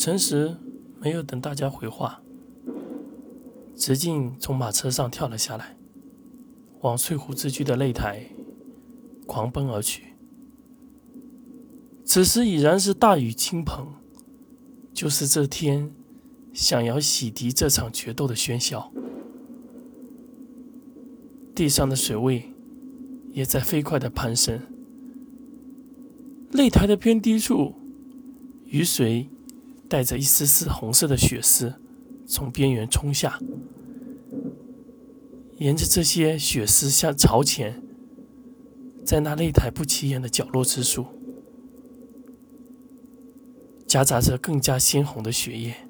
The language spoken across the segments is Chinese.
陈实没有等大家回话，直径从马车上跳了下来，往翠湖之居的擂台狂奔而去。此时已然是大雨倾盆，就是这天想要洗涤这场决斗的喧嚣。地上的水位也在飞快地攀升，擂台的偏低处，雨水带着一丝丝红色的血丝从边缘冲下，沿着这些血丝向朝前，在那擂台不起眼的角落之处，夹杂着更加鲜红的血液。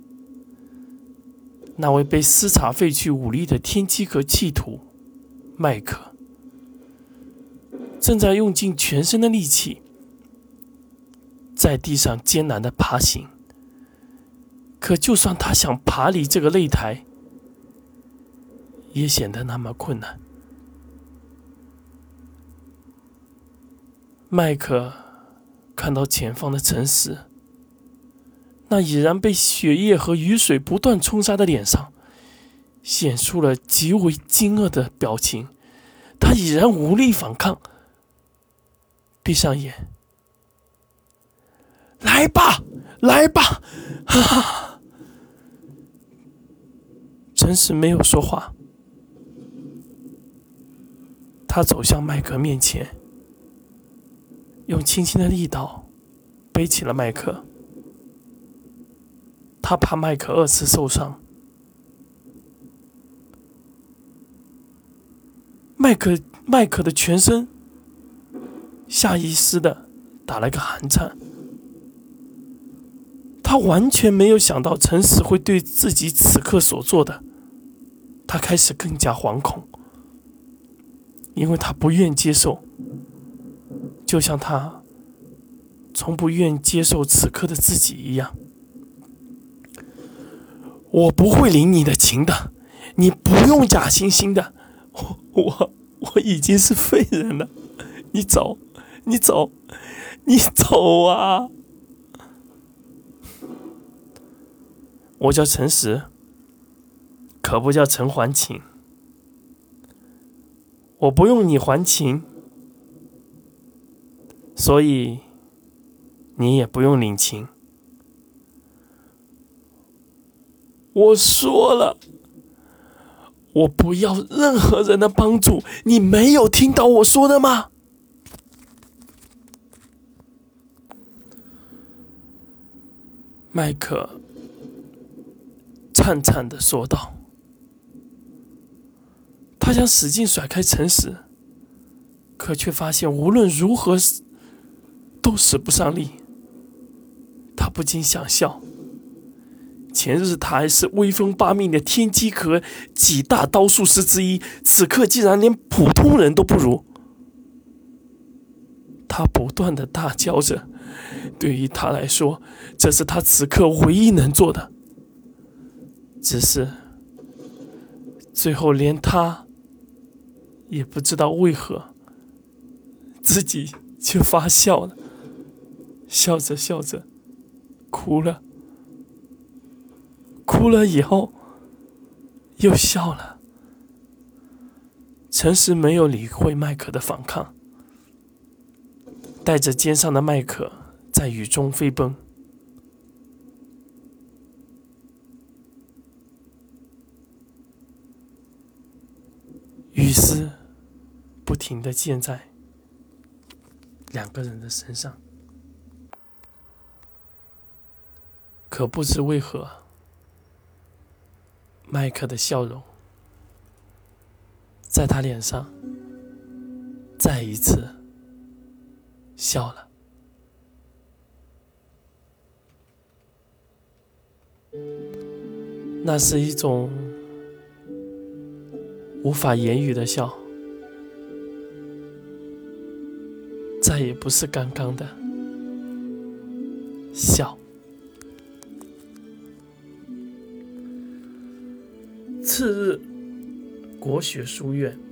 那位被斯查废去武力的天机阁弃徒麦克，正在用尽全身的力气，在地上艰难地爬行。可就算他想爬离这个擂台，也显得那么困难。麦克看到前方的陈实，那已然被血液和雨水不断冲杀的脸上，显出了极为惊愕的表情。他已然无力反抗，闭上眼，来吧，来吧！哈哈。陈实没有说话，他走向麦克面前，用轻轻的力道背起了麦克。他怕麦克二次受伤。麦克的全身下意识的打了个寒颤。他完全没有想到陈实会对自己此刻所做的，他开始更加惶恐，因为他不愿接受，就像他从不愿接受此刻的自己一样。我不会领你的情的，你不用假惺惺的，我已经是废人了，你走，你走，你走啊！我叫陈实，可不叫陈还情。我不用你还情，所以你也不用领情。我说了，我不要任何人的帮助，你没有听到我说的吗？麦克颤颤地说道。他想使劲甩开陈实，可却发现无论如何都使不上力。他不禁想笑，前日他还是威风八面的天机阁几大刀术师之一，此刻竟然连普通人都不如。他不断地大叫着，对于他来说，这是他此刻唯一能做的。只是最后连他也不知道为何自己就发笑了，笑着笑着哭了，哭了以后又笑了。陈实没有理会麦克的反抗，带着肩上的麦克在雨中飞奔。雨丝不停地溅在两个人的身上，可不知为何，麦克的笑容在他脸上再一次笑了。那是一种无法言语的笑，再也不是刚刚的笑。次日，国学书院